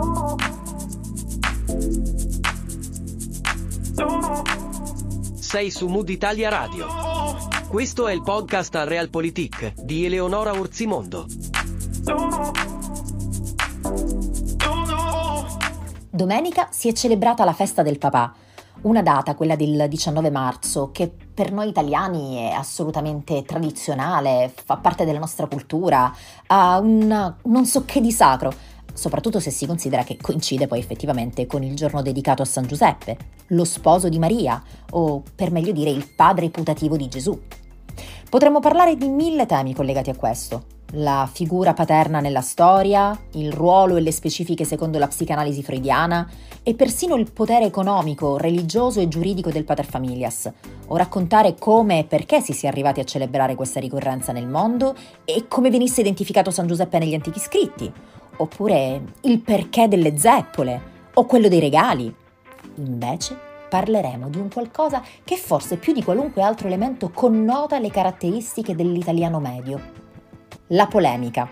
Sei su Mood Italia Radio. Questo è il podcast a Realpolitik di Eleonora Orzimondo. Domenica si è celebrata la festa del papà, una data, quella del 19 marzo, che per noi italiani è assolutamente tradizionale, fa parte della nostra cultura, ha un non so che di sacro, soprattutto se si considera che coincide poi effettivamente con il giorno dedicato a San Giuseppe, lo sposo di Maria, o per meglio dire il padre putativo di Gesù. Potremmo parlare di 1000 temi collegati a questo. La figura paterna nella storia, il ruolo e le specifiche secondo la psicanalisi freudiana e persino il potere economico, religioso e giuridico del paterfamilias, o raccontare come e perché si sia arrivati a celebrare questa ricorrenza nel mondo e come venisse identificato San Giuseppe negli antichi scritti, oppure il perché delle zeppole o quello dei regali. Invece parleremo di un qualcosa che forse più di qualunque altro elemento connota le caratteristiche dell'italiano medio. La polemica.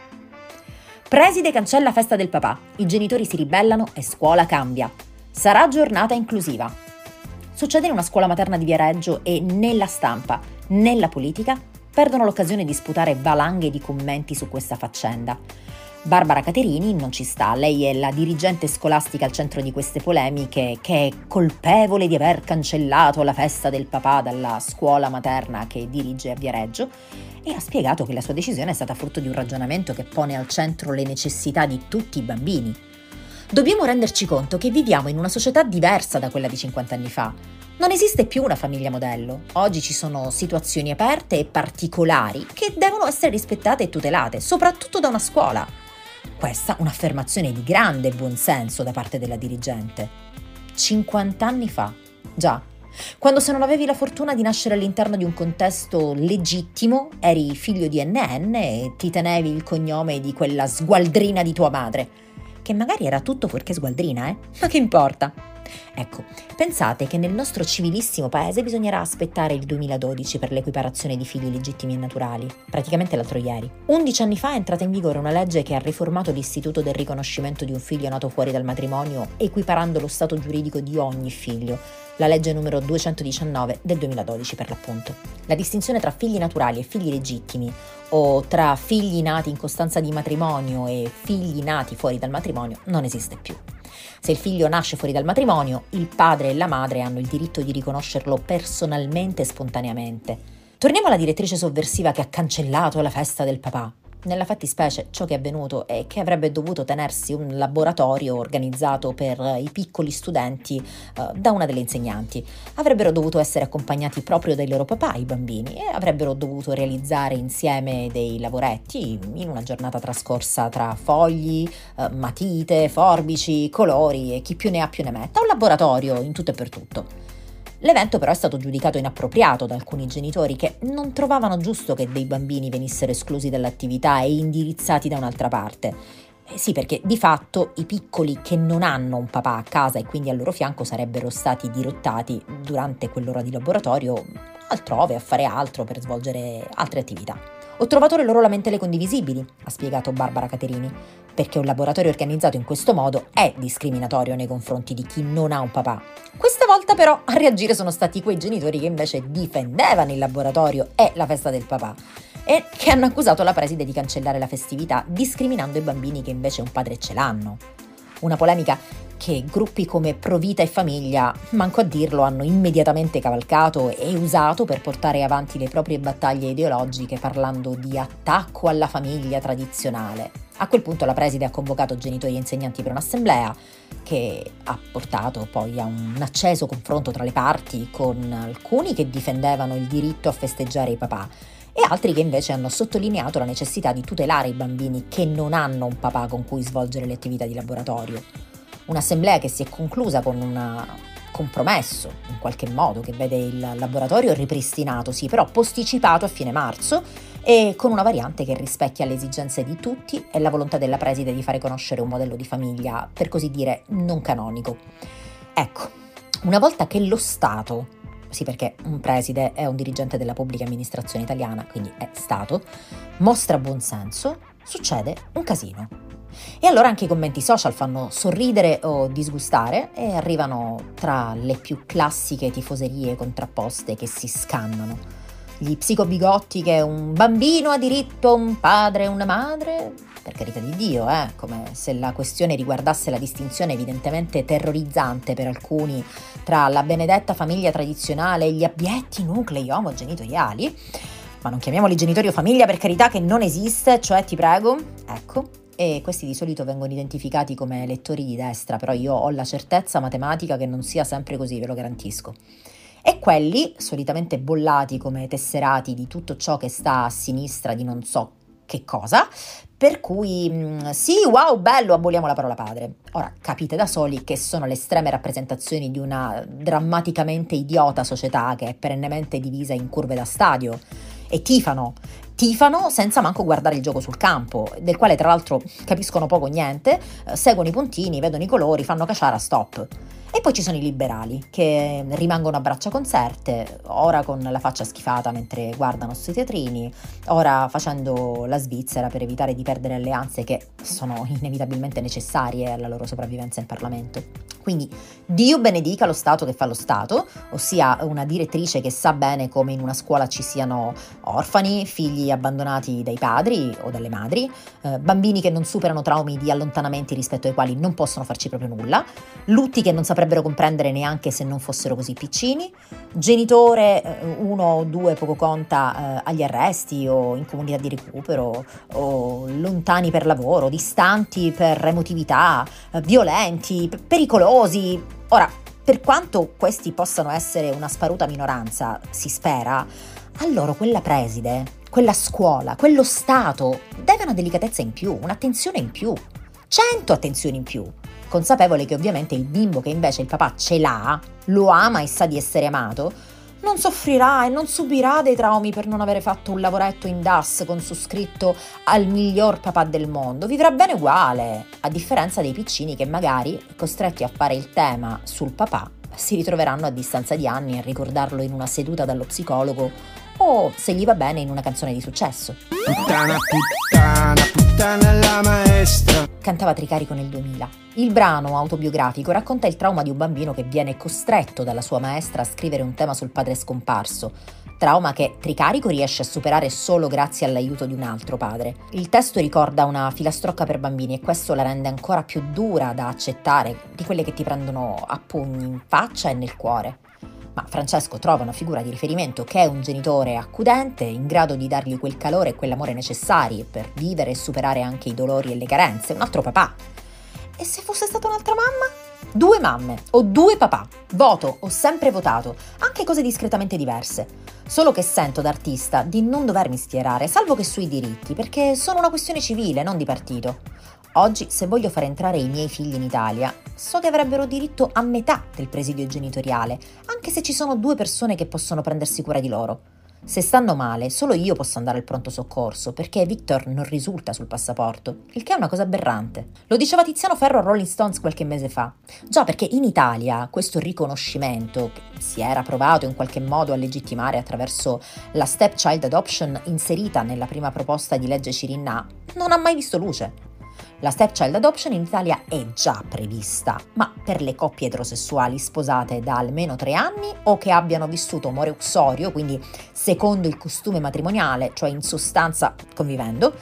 Preside cancella festa del papà, i genitori si ribellano e scuola cambia. Sarà giornata inclusiva. Succede in una scuola materna di Viareggio e né la stampa né la politica perdono l'occasione di sputare valanghe di commenti su questa faccenda. Barbara Caterini non ci sta, lei è la dirigente scolastica al centro di queste polemiche, che è colpevole di aver cancellato la festa del papà dalla scuola materna che dirige a Viareggio, e ha spiegato che la sua decisione è stata frutto di un ragionamento che pone al centro le necessità di tutti i bambini. Dobbiamo renderci conto che viviamo in una società diversa da quella di 50 anni fa. Non esiste più una famiglia modello. Oggi ci sono situazioni aperte e particolari che devono essere rispettate e tutelate, soprattutto da una scuola. Questa è un'affermazione di grande buonsenso da parte della dirigente. 50 anni fa, già, quando se non avevi la fortuna di nascere all'interno di un contesto legittimo, eri figlio di NN e ti tenevi il cognome di quella sgualdrina di tua madre, che magari era tutto fuorché sgualdrina, ma che importa? Ecco, pensate che nel nostro civilissimo paese bisognerà aspettare il 2012 per l'equiparazione di figli legittimi e naturali, praticamente l'altro ieri. 11 anni fa è entrata in vigore una legge che ha riformato l'istituto del riconoscimento di un figlio nato fuori dal matrimonio, equiparando lo stato giuridico di ogni figlio, la legge numero 219 del 2012 per l'appunto. La distinzione tra figli naturali e figli legittimi, o tra figli nati in costanza di matrimonio e figli nati fuori dal matrimonio, non esiste più. Se il figlio nasce fuori dal matrimonio, il padre e la madre hanno il diritto di riconoscerlo personalmente e spontaneamente. Torniamo alla direttrice sovversiva che ha cancellato la festa del papà. Nella fattispecie ciò che è avvenuto è che avrebbe dovuto tenersi un laboratorio organizzato per i piccoli studenti da una delle insegnanti. Avrebbero dovuto essere accompagnati proprio dai loro papà, i bambini, e avrebbero dovuto realizzare insieme dei lavoretti in una giornata trascorsa tra fogli, matite, forbici, colori e chi più ne ha più ne metta. Un laboratorio in tutto e per tutto. L'evento però è stato giudicato inappropriato da alcuni genitori che non trovavano giusto che dei bambini venissero esclusi dall'attività e indirizzati da un'altra parte. Sì, perché di fatto i piccoli che non hanno un papà a casa e quindi al loro fianco sarebbero stati dirottati durante quell'ora di laboratorio altrove a fare altro per svolgere altre attività. Ho trovato le loro lamentele condivisibili, ha spiegato Barbara Caterini, perché un laboratorio organizzato in questo modo è discriminatorio nei confronti di chi non ha un papà. Questa volta però a reagire sono stati quei genitori che invece difendevano il laboratorio e la festa del papà e che hanno accusato la preside di cancellare la festività discriminando i bambini che invece un padre ce l'hanno. Una polemica che gruppi come Provita e Famiglia, manco a dirlo, hanno immediatamente cavalcato e usato per portare avanti le proprie battaglie ideologiche parlando di attacco alla famiglia tradizionale. A quel punto la preside ha convocato genitori e insegnanti per un'assemblea che ha portato poi a un acceso confronto tra le parti, con alcuni che difendevano il diritto a festeggiare i papà e altri che invece hanno sottolineato la necessità di tutelare i bambini che non hanno un papà con cui svolgere le attività di laboratorio. Un'assemblea che si è conclusa con un compromesso, in qualche modo, che vede il laboratorio ripristinato, sì, però posticipato a fine marzo e con una variante che rispecchia le esigenze di tutti e la volontà della preside di fare conoscere un modello di famiglia, per così dire, non canonico. Ecco, una volta che lo Stato, sì, perché un preside è un dirigente della pubblica amministrazione italiana, quindi è Stato, mostra buonsenso, succede un casino. E allora anche i commenti social fanno sorridere o disgustare e arrivano tra le più classiche tifoserie contrapposte che si scannano. Gli psicobigotti che un bambino ha diritto a un padre e una madre, per carità di Dio, come se la questione riguardasse la distinzione evidentemente terrorizzante per alcuni tra la benedetta famiglia tradizionale e gli abietti nuclei omogenitoriali. Ma non chiamiamoli genitori o famiglia, per carità, che non esiste, cioè ti prego, ecco. E questi di solito vengono identificati come lettori di destra, però io ho la certezza matematica che non sia sempre così, ve lo garantisco. E quelli, solitamente bollati come tesserati di tutto ciò che sta a sinistra di non so che cosa, per cui sì, wow, bello, aboliamo la parola padre. Ora, capite da soli che sono le estreme rappresentazioni di una drammaticamente idiota società che è perennemente divisa in curve da stadio e tifano senza manco guardare il gioco sul campo, del quale tra l'altro capiscono poco o niente, seguono i puntini, vedono i colori, fanno caciara, stop. E poi ci sono i liberali, che rimangono a braccia conserte, ora con la faccia schifata mentre guardano sui teatrini, ora facendo la Svizzera per evitare di perdere alleanze che sono inevitabilmente necessarie alla loro sopravvivenza in Parlamento. Quindi Dio benedica lo Stato che fa lo Stato, ossia una direttrice che sa bene come in una scuola ci siano orfani, figli abbandonati dai padri o dalle madri, bambini che non superano traumi di allontanamenti rispetto ai quali non possono farci proprio nulla, lutti che non saprebbero comprendere neanche se non fossero così piccini, genitore, uno o due poco conta, agli arresti o in comunità di recupero, o lontani per lavoro, distanti per emotività, violenti, pericolosi. Ora, per quanto questi possano essere una sparuta minoranza, si spera, a loro quella preside, quella scuola, quello Stato deve una delicatezza in più, un'attenzione in più, 100 attenzioni in più, consapevole che ovviamente il bimbo che invece il papà ce l'ha, lo ama e sa di essere amato, non soffrirà e non subirà dei traumi per non avere fatto un lavoretto in DAS con su scritto al miglior papà del mondo, vivrà bene uguale, a differenza dei piccini che magari, costretti a fare il tema sul papà, si ritroveranno a distanza di anni a ricordarlo in una seduta dallo psicologo o, se gli va bene, in una canzone di successo. Puttana, puttana, puttana la maestra. Cantava Tricarico nel 2000. Il brano autobiografico racconta il trauma di un bambino che viene costretto dalla sua maestra a scrivere un tema sul padre scomparso, trauma che Tricarico riesce a superare solo grazie all'aiuto di un altro padre. Il testo ricorda una filastrocca per bambini e questo la rende ancora più dura da accettare, di quelle che ti prendono a pugni in faccia e nel cuore. Ma Francesco trova una figura di riferimento che è un genitore accudente, in grado di dargli quel calore e quell'amore necessari per vivere e superare anche i dolori e le carenze, un altro papà. E se fosse stata un'altra mamma? 2 mamme o 2 papà. Voto, ho sempre votato, anche cose discretamente diverse. Solo che sento da artista di non dovermi schierare, salvo che sui diritti, perché sono una questione civile, non di partito. Oggi, se voglio far entrare i miei figli in Italia, so che avrebbero diritto a metà del presidio genitoriale, anche se ci sono 2 persone che possono prendersi cura di loro. Se stanno male, solo io posso andare al pronto soccorso, perché Victor non risulta sul passaporto, il che è una cosa aberrante. Lo diceva Tiziano Ferro a Rolling Stones qualche mese fa. Già, perché in Italia questo riconoscimento, che si era provato in qualche modo a legittimare attraverso la stepchild adoption inserita nella prima proposta di legge Cirinnà, non ha mai visto luce. La stepchild adoption in Italia è già prevista, ma per le coppie eterosessuali sposate da almeno 3 anni o che abbiano vissuto amore uxorio, quindi secondo il costume matrimoniale, cioè in sostanza convivendo,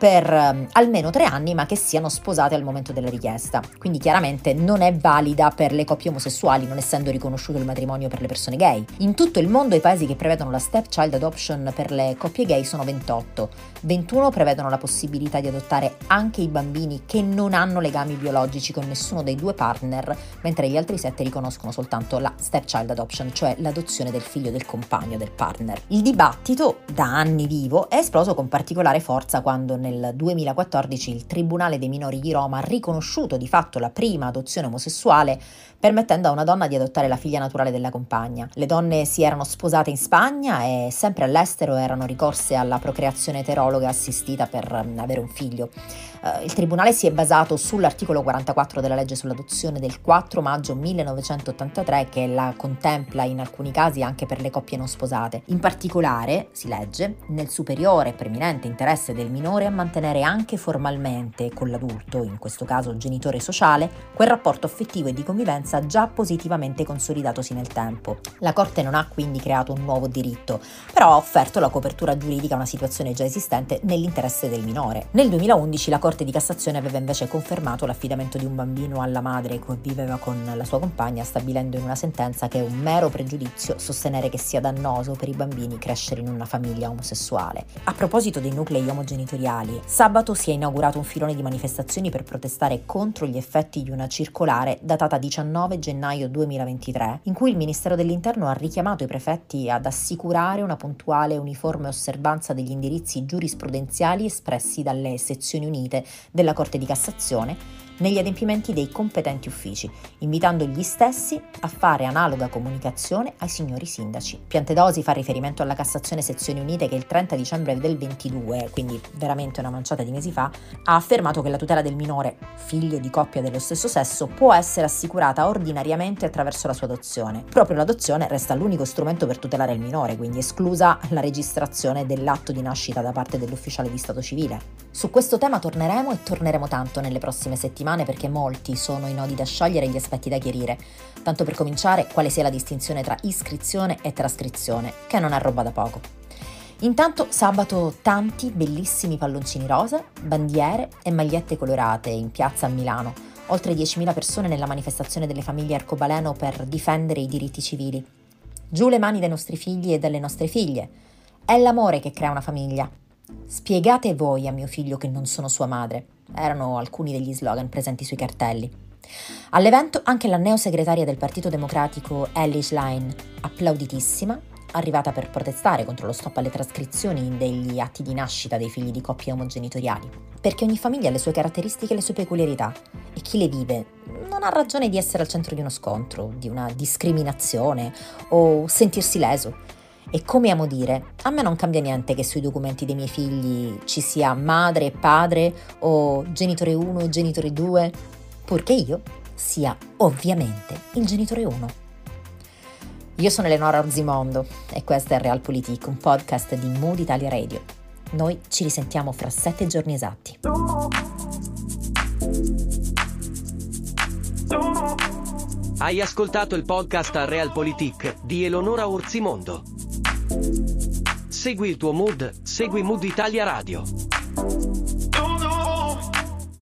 per almeno 3 anni, ma che siano sposate al momento della richiesta. Quindi chiaramente non è valida per le coppie omosessuali, non essendo riconosciuto il matrimonio per le persone gay. In tutto il mondo i paesi che prevedono la stepchild adoption per le coppie gay sono 28. 21 prevedono la possibilità di adottare anche i bambini che non hanno legami biologici con nessuno dei 2 partner, mentre gli altri 7 riconoscono soltanto la stepchild adoption, cioè l'adozione del figlio del compagno del partner. Il dibattito, da anni vivo, è esploso con particolare forza quando nel 2014 il Tribunale dei minori di Roma ha riconosciuto di fatto la prima adozione omosessuale, permettendo a una donna di adottare la figlia naturale della compagna. Le donne si erano sposate in Spagna e sempre all'estero erano ricorse alla procreazione eterologa assistita per avere un figlio. Il tribunale si è basato sull'articolo 44 della legge sull'adozione del 4 maggio 1983 che la contempla in alcuni casi anche per le coppie non sposate. In particolare, si legge, nel superiore e preminente interesse del minore a mantenere anche formalmente con l'adulto, in questo caso il genitore sociale, quel rapporto affettivo e di convivenza già positivamente consolidatosi nel tempo. La Corte non ha quindi creato un nuovo diritto, però ha offerto la copertura giuridica a una situazione già esistente nell'interesse del minore. Nel 2011 la Corte di Cassazione aveva invece confermato l'affidamento di un bambino alla madre che viveva con la sua compagna, stabilendo in una sentenza che è un mero pregiudizio sostenere che sia dannoso per i bambini crescere in una famiglia omosessuale. A proposito dei nuclei omogenitoriali, sabato si è inaugurato un filone di manifestazioni per protestare contro gli effetti di una circolare datata 19 gennaio 2023, in cui il Ministero dell'Interno ha richiamato i prefetti ad assicurare una puntuale e uniforme osservanza degli indirizzi giurisprudenziali espressi dalle sezioni unite della Corte di Cassazione negli adempimenti dei competenti uffici, invitando gli stessi a fare analoga comunicazione ai signori sindaci. Piantedosi fa riferimento alla Cassazione Sezioni Unite che il 30 dicembre del 22, quindi veramente una manciata di mesi fa, ha affermato che la tutela del minore, figlio di coppia dello stesso sesso, può essere assicurata ordinariamente attraverso la sua adozione. Proprio l'adozione resta l'unico strumento per tutelare il minore, quindi esclusa la registrazione dell'atto di nascita da parte dell'ufficiale di stato civile. Su questo tema torneremo e torneremo tanto nelle prossime settimane, perché molti sono i nodi da sciogliere e gli aspetti da chiarire. Tanto per cominciare, quale sia la distinzione tra iscrizione e trascrizione, che non è roba da poco. Intanto sabato tanti bellissimi palloncini rosa, bandiere e magliette colorate in piazza a Milano. Oltre 10.000 persone nella manifestazione delle famiglie arcobaleno per difendere i diritti civili. Giù le mani dai nostri figli e dalle nostre figlie. È l'amore che crea una famiglia. Spiegate voi a mio figlio che non sono sua madre. Erano alcuni degli slogan presenti sui cartelli. All'evento anche la neosegretaria del Partito Democratico Ellie Schlein, applauditissima, arrivata per protestare contro lo stop alle trascrizioni degli atti di nascita dei figli di coppie omogenitoriali. Perché ogni famiglia ha le sue caratteristiche e le sue peculiarità e chi le vive non ha ragione di essere al centro di uno scontro, di una discriminazione o sentirsi leso. E come amo dire, a me non cambia niente che sui documenti dei miei figli ci sia madre e padre o genitore 1 e genitore 2, purché io sia ovviamente il genitore 1. Io sono Eleonora Orzimondo e questo è Realpolitik, un podcast di Mood Italia Radio. Noi ci risentiamo fra 7 giorni esatti. Hai ascoltato il podcast Realpolitik di Eleonora Orzimondo. Segui il tuo mood, segui Mood Italia Radio.